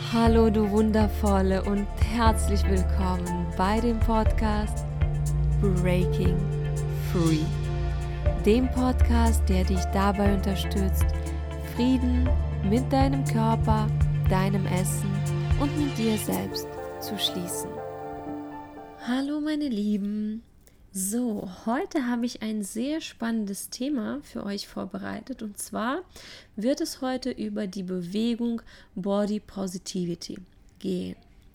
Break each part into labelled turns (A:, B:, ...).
A: Hallo du Wundervolle und herzlich willkommen bei dem Podcast Breaking Free. Dem Podcast, der dich dabei unterstützt, Frieden mit deinem Körper, deinem Essen und mit dir selbst zu schließen. Hallo meine Lieben. So, heute habe ich ein sehr spannendes Thema für euch vorbereitet und zwar wird es heute über die Bewegung Body Positivity gehen.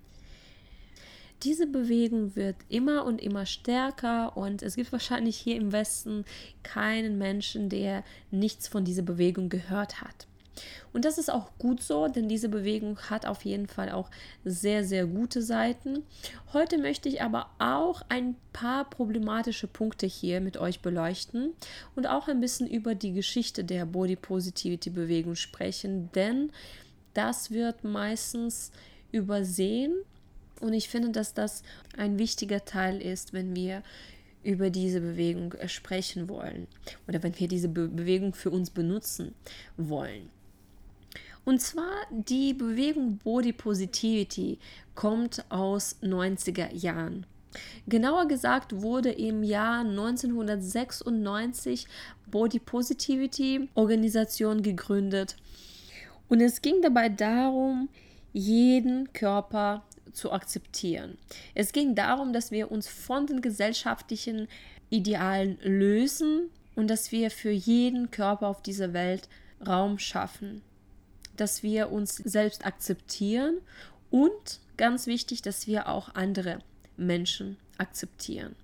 A: Diese Bewegung wird immer und immer stärker und es gibt wahrscheinlich hier im Westen keinen Menschen, der nichts von dieser Bewegung gehört hat. Und das ist auch gut so, denn diese Bewegung hat auf jeden Fall auch sehr, sehr gute Seiten. Heute möchte ich aber auch ein paar problematische Punkte hier mit euch beleuchten und auch ein bisschen über die Geschichte der Body Positivity Bewegung sprechen, denn das wird meistens übersehen und ich finde, dass das ein wichtiger Teil ist, wenn wir über diese Bewegung sprechen wollen oder wenn wir diese Bewegung für uns benutzen wollen. Und zwar die Bewegung Body Positivity kommt aus 90er Jahren. Genauer gesagt wurde im Jahr 1996 Body Positivity Organisation gegründet. Und es ging dabei darum, jeden Körper zu akzeptieren. Es ging darum, dass wir uns von den gesellschaftlichen Idealen lösen und dass wir für jeden Körper auf dieser Welt Raum schaffen. Dass wir uns selbst akzeptieren und ganz wichtig, dass wir auch andere Menschen akzeptieren.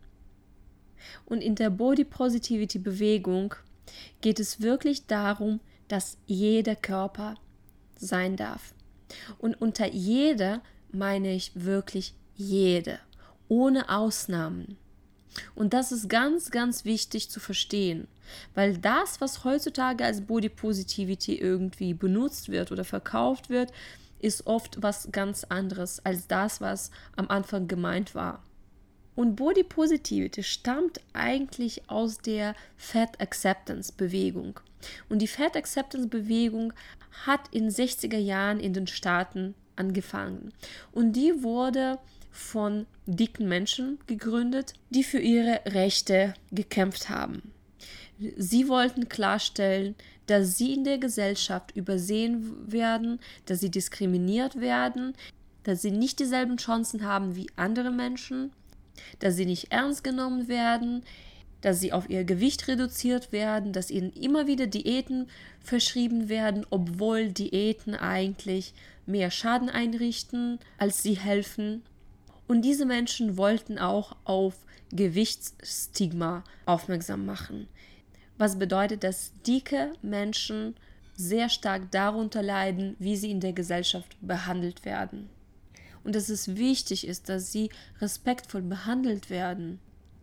A: Und in der Body Positivity Bewegung geht es wirklich darum, dass jeder Körper sein darf. Und unter jeder meine ich wirklich jede, ohne Ausnahmen. Und das ist ganz, ganz wichtig zu verstehen, weil das, was heutzutage als Body Positivity irgendwie benutzt wird oder verkauft wird, ist oft was ganz anderes als das, was am Anfang gemeint war. Und Body Positivity stammt eigentlich aus der Fat Acceptance Bewegung. Und die Fat Acceptance Bewegung hat in 60er Jahren in den Staaten angefangen. Und die wurde von dicken Menschen gegründet, die für ihre Rechte gekämpft haben. Sie wollten klarstellen, dass sie in der Gesellschaft übersehen werden, dass sie diskriminiert werden, dass sie nicht dieselben Chancen haben wie andere Menschen, dass sie nicht ernst genommen werden, dass sie auf ihr Gewicht reduziert werden, dass ihnen immer wieder Diäten verschrieben werden, obwohl Diäten eigentlich mehr Schaden einrichten, als sie helfen. Und diese Menschen wollten auch auf Gewichtsstigma aufmerksam machen. Was bedeutet, dass dicke Menschen sehr stark darunter leiden, wie sie in der Gesellschaft behandelt werden. Und dass es wichtig ist, dass sie respektvoll behandelt werden.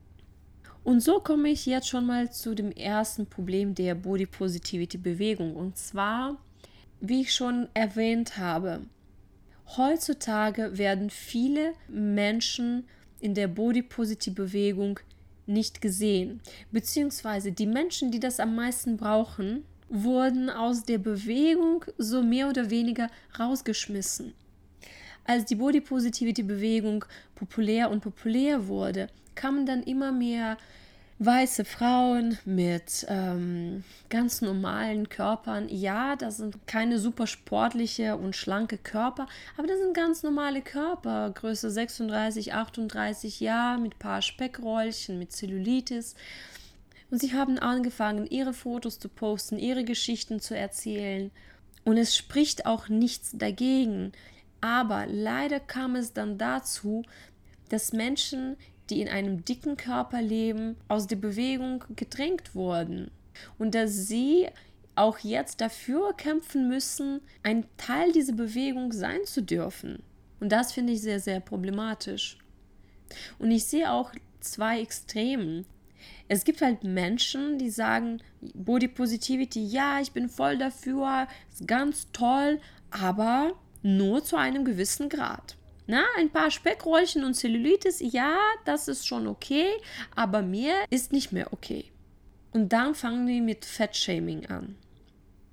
A: Und so komme ich jetzt schon mal zu dem ersten Problem der Body Positivity Bewegung. Und zwar, wie ich schon erwähnt habe, heutzutage werden viele Menschen in der Body Positive Bewegung nicht gesehen, beziehungsweise die Menschen, die das am meisten brauchen, wurden aus der Bewegung so mehr oder weniger rausgeschmissen. Als die Body Positivity Bewegung populär wurde, kamen dann immer mehr weiße Frauen mit ganz normalen Körpern. Ja, das sind keine super sportliche und schlanke Körper, aber das sind ganz normale Körper, Größe 36, 38 Jahre, mit ein paar Speckröllchen, mit Zellulitis. Und sie haben angefangen, ihre Fotos zu posten, ihre Geschichten zu erzählen. Und es spricht auch nichts dagegen. Aber leider kam es dann dazu, dass Menschen, die in einem dicken Körper leben, aus der Bewegung gedrängt wurden. Und dass sie auch jetzt dafür kämpfen müssen, ein Teil dieser Bewegung sein zu dürfen. Und das finde ich sehr, sehr problematisch. Und ich sehe auch zwei Extremen. Es gibt halt Menschen, die sagen, Body Positivity, ja, ich bin voll dafür, ist ganz toll, aber nur zu einem gewissen Grad. Na, ein paar Speckröllchen und Zellulitis, ja, das ist schon okay, aber mehr ist nicht mehr okay. Und dann fangen wir mit Fettshaming an.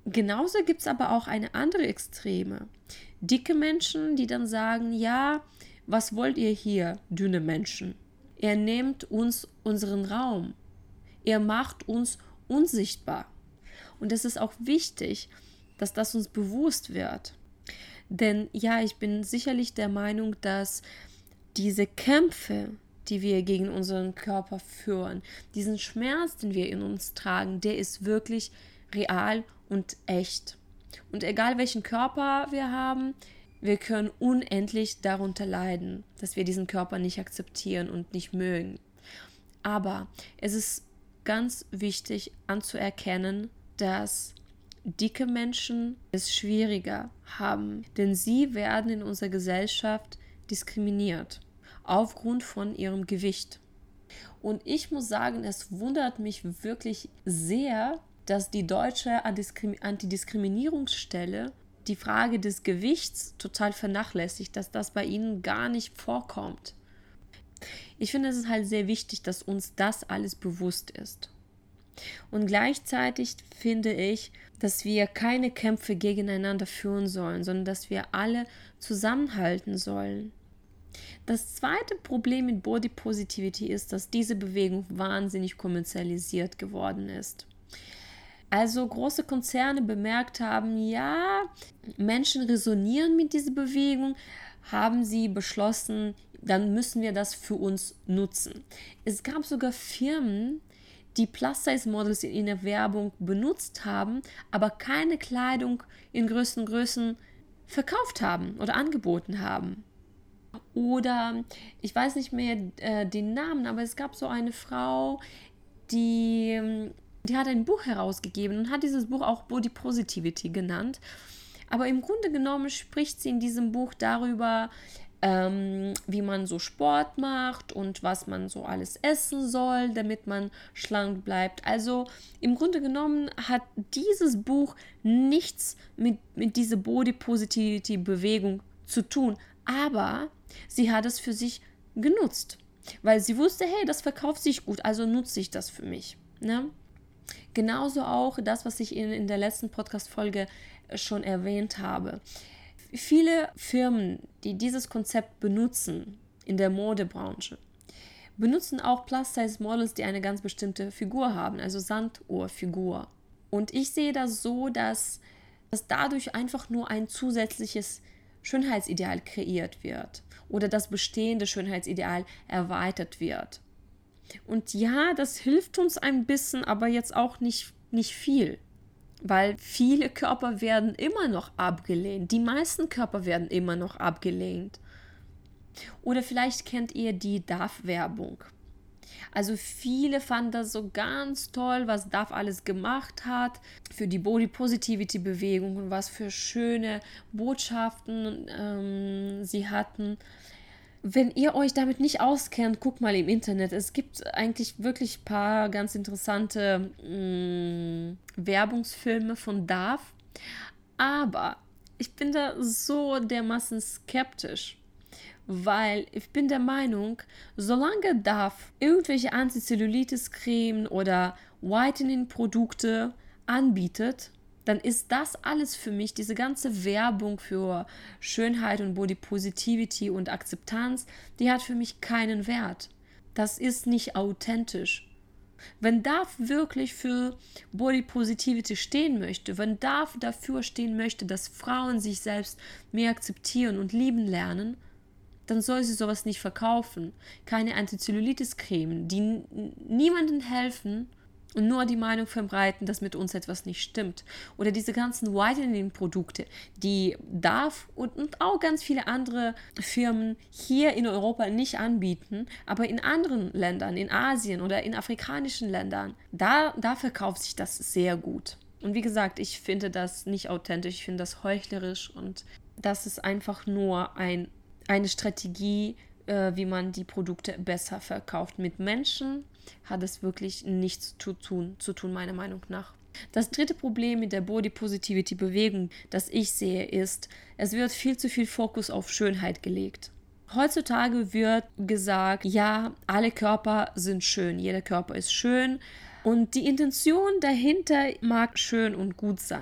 A: Genauso gibt es aber auch eine andere Extreme. Dicke Menschen, die dann sagen, ja, was wollt ihr hier, dünne Menschen? Er nimmt uns unseren Raum. Er macht uns unsichtbar. Und es ist auch wichtig, dass das uns bewusst wird. Denn ja, ich bin sicherlich der Meinung, dass diese Kämpfe, die wir gegen unseren Körper führen, diesen Schmerz, den wir in uns tragen, der ist wirklich real und echt. Und egal welchen Körper wir haben, wir können unendlich darunter leiden, dass wir diesen Körper nicht akzeptieren und nicht mögen. Aber es ist ganz wichtig anzuerkennen, dass dicke Menschen es schwieriger haben, denn sie werden in unserer Gesellschaft diskriminiert aufgrund von ihrem Gewicht. Und ich muss sagen, es wundert mich wirklich sehr, dass die deutsche Antidiskriminierungsstelle die Frage des Gewichts total vernachlässigt, dass das bei ihnen gar nicht vorkommt. Ich finde, es ist halt sehr wichtig, dass uns das alles bewusst ist. Und gleichzeitig finde ich, dass wir keine Kämpfe gegeneinander führen sollen, sondern dass wir alle zusammenhalten sollen. Das zweite Problem mit Body Positivity ist, dass diese Bewegung wahnsinnig kommerzialisiert geworden ist. Also große Konzerne bemerkt haben, ja, Menschen resonieren mit dieser Bewegung, haben sie beschlossen, dann müssen wir das für uns nutzen. Es gab sogar Firmen, die Plus-Size-Models in ihrer Werbung benutzt haben, aber keine Kleidung in größten Größen verkauft haben oder angeboten haben. Oder, ich weiß nicht mehr den Namen, aber es gab so eine Frau, die hat ein Buch herausgegeben und hat dieses Buch auch Body Positivity genannt. Aber im Grunde genommen spricht sie in diesem Buch darüber, wie man so Sport macht und was man so alles essen soll, damit man schlank bleibt. Also im Grunde genommen hat dieses Buch nichts mit dieser Body Positivity Bewegung zu tun. Aber sie hat es für sich genutzt, weil sie wusste, hey, das verkauft sich gut, also nutze ich das für mich. Ne? Genauso auch das, was ich in der letzten Podcast-Folge schon erwähnt habe. Viele Firmen, die dieses Konzept benutzen in der Modebranche, benutzen auch Plus-Size-Models, die eine ganz bestimmte Figur haben, also Sanduhrfigur. Und ich sehe das so, dass dadurch einfach nur ein zusätzliches Schönheitsideal kreiert wird oder das bestehende Schönheitsideal erweitert wird. Und ja, das hilft uns ein bisschen, aber jetzt auch nicht viel. Weil viele Körper werden immer noch abgelehnt. Die meisten Körper werden immer noch abgelehnt. Oder vielleicht kennt ihr die DAF-Werbung. Also viele fanden das so ganz toll, was DAF alles gemacht hat für die Body Positivity Bewegung und was für schöne Botschaften sie hatten. Wenn ihr euch damit nicht auskennt, guckt mal im Internet. Es gibt eigentlich wirklich ein paar ganz interessante Werbungsfilme von DAF. Aber ich bin da so dermaßen skeptisch, weil ich bin der Meinung, solange DAF irgendwelche Antizellulitis-Cremen oder Whitening-Produkte anbietet, dann ist das alles für mich, diese ganze Werbung für Schönheit und Body Positivity und Akzeptanz, die hat für mich keinen Wert. Das ist nicht authentisch. Wenn DAF wirklich für Body Positivity stehen möchte, wenn DAF dafür stehen möchte, dass Frauen sich selbst mehr akzeptieren und lieben lernen, dann soll sie sowas nicht verkaufen. Keine Antizellulitis-Cremen, die niemandem helfen und nur die Meinung verbreiten, dass mit uns etwas nicht stimmt. Oder diese ganzen Whitening-Produkte, die DAF und auch ganz viele andere Firmen hier in Europa nicht anbieten, aber in anderen Ländern, in Asien oder in afrikanischen Ländern, da verkauft sich das sehr gut. Und wie gesagt, ich finde das nicht authentisch, ich finde das heuchlerisch und das ist einfach nur eine Strategie, wie man die Produkte besser verkauft. Mit Menschen hat es wirklich nichts zu tun, meiner Meinung nach. Das dritte Problem mit der Body Positivity Bewegung, das ich sehe, ist, es wird viel zu viel Fokus auf Schönheit gelegt. Heutzutage wird gesagt, ja, alle Körper sind schön, jeder Körper ist schön und die Intention dahinter mag schön und gut sein.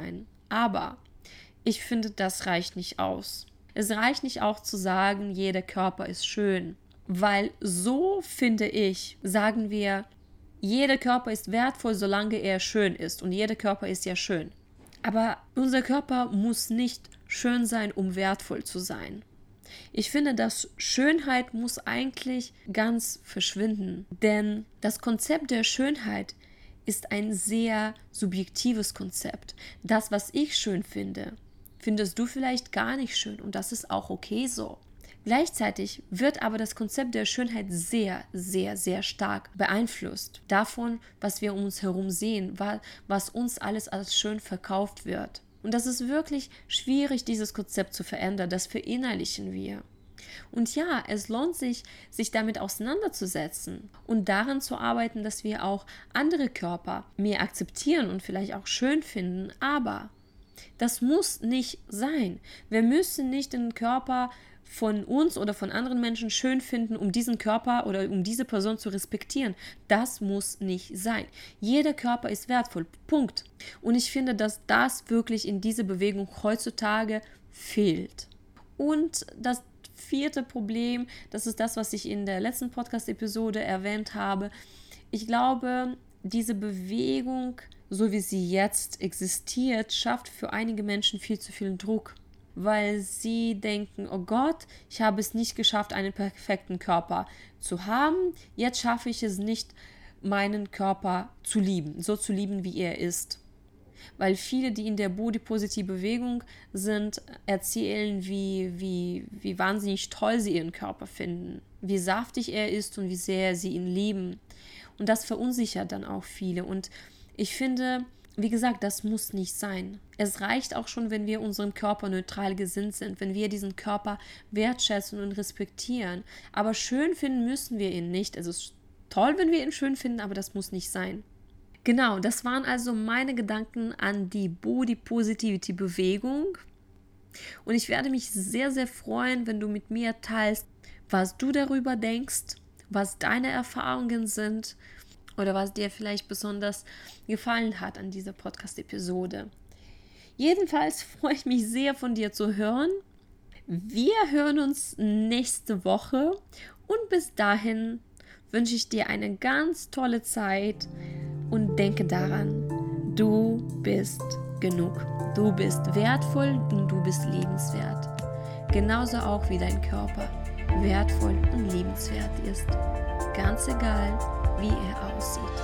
A: Aber ich finde, das reicht nicht aus. Es reicht nicht auch zu sagen, jeder Körper ist schön, weil so, finde ich, sagen wir, jeder Körper ist wertvoll, solange er schön ist und jeder Körper ist ja schön. Aber unser Körper muss nicht schön sein, um wertvoll zu sein. Ich finde, dass Schönheit muss eigentlich ganz verschwinden, denn das Konzept der Schönheit ist ein sehr subjektives Konzept. Das, was ich schön finde, findest du vielleicht gar nicht schön und das ist auch okay so. Gleichzeitig wird aber das Konzept der Schönheit sehr, sehr, sehr stark beeinflusst davon, was wir um uns herum sehen, was uns alles als schön verkauft wird. Und das ist wirklich schwierig, dieses Konzept zu verändern, das verinnerlichen wir. Und ja, es lohnt sich, sich damit auseinanderzusetzen und daran zu arbeiten, dass wir auch andere Körper mehr akzeptieren und vielleicht auch schön finden, aber das muss nicht sein. Wir müssen nicht den Körper von uns oder von anderen Menschen schön finden, um diesen Körper oder um diese Person zu respektieren. Das muss nicht sein. Jeder Körper ist wertvoll. Punkt. Und ich finde, dass das wirklich in dieser Bewegung heutzutage fehlt. Und das vierte Problem, das ist das, was ich in der letzten Podcast-Episode erwähnt habe. Ich glaube, diese Bewegung, so wie sie jetzt existiert, schafft für einige Menschen viel zu viel Druck, weil sie denken, oh Gott, ich habe es nicht geschafft, einen perfekten Körper zu haben, jetzt schaffe ich es nicht, meinen Körper zu lieben, so zu lieben, wie er ist. Weil viele, die in der Body-Positive-Bewegung sind, erzählen, wie wahnsinnig toll sie ihren Körper finden, wie saftig er ist und wie sehr sie ihn lieben. Und das verunsichert dann auch viele. Und ich finde, wie gesagt, das muss nicht sein. Es reicht auch schon, wenn wir unserem Körper neutral gesinnt sind, wenn wir diesen Körper wertschätzen und respektieren. Aber schön finden müssen wir ihn nicht. Es ist toll, wenn wir ihn schön finden, aber das muss nicht sein. Genau, das waren also meine Gedanken an die Body Positivity Bewegung. Und ich werde mich sehr, sehr freuen, wenn du mit mir teilst, was du darüber denkst, was deine Erfahrungen sind oder was dir vielleicht besonders gefallen hat an dieser Podcast-Episode. Jedenfalls freue ich mich sehr, von dir zu hören. Wir hören uns nächste Woche und bis dahin wünsche ich dir eine ganz tolle Zeit und denke daran, du bist genug. Du bist wertvoll und du bist liebenswert. Genauso auch wie dein Körper wertvoll und liebenswert ist. Ganz egal, wie er aussieht.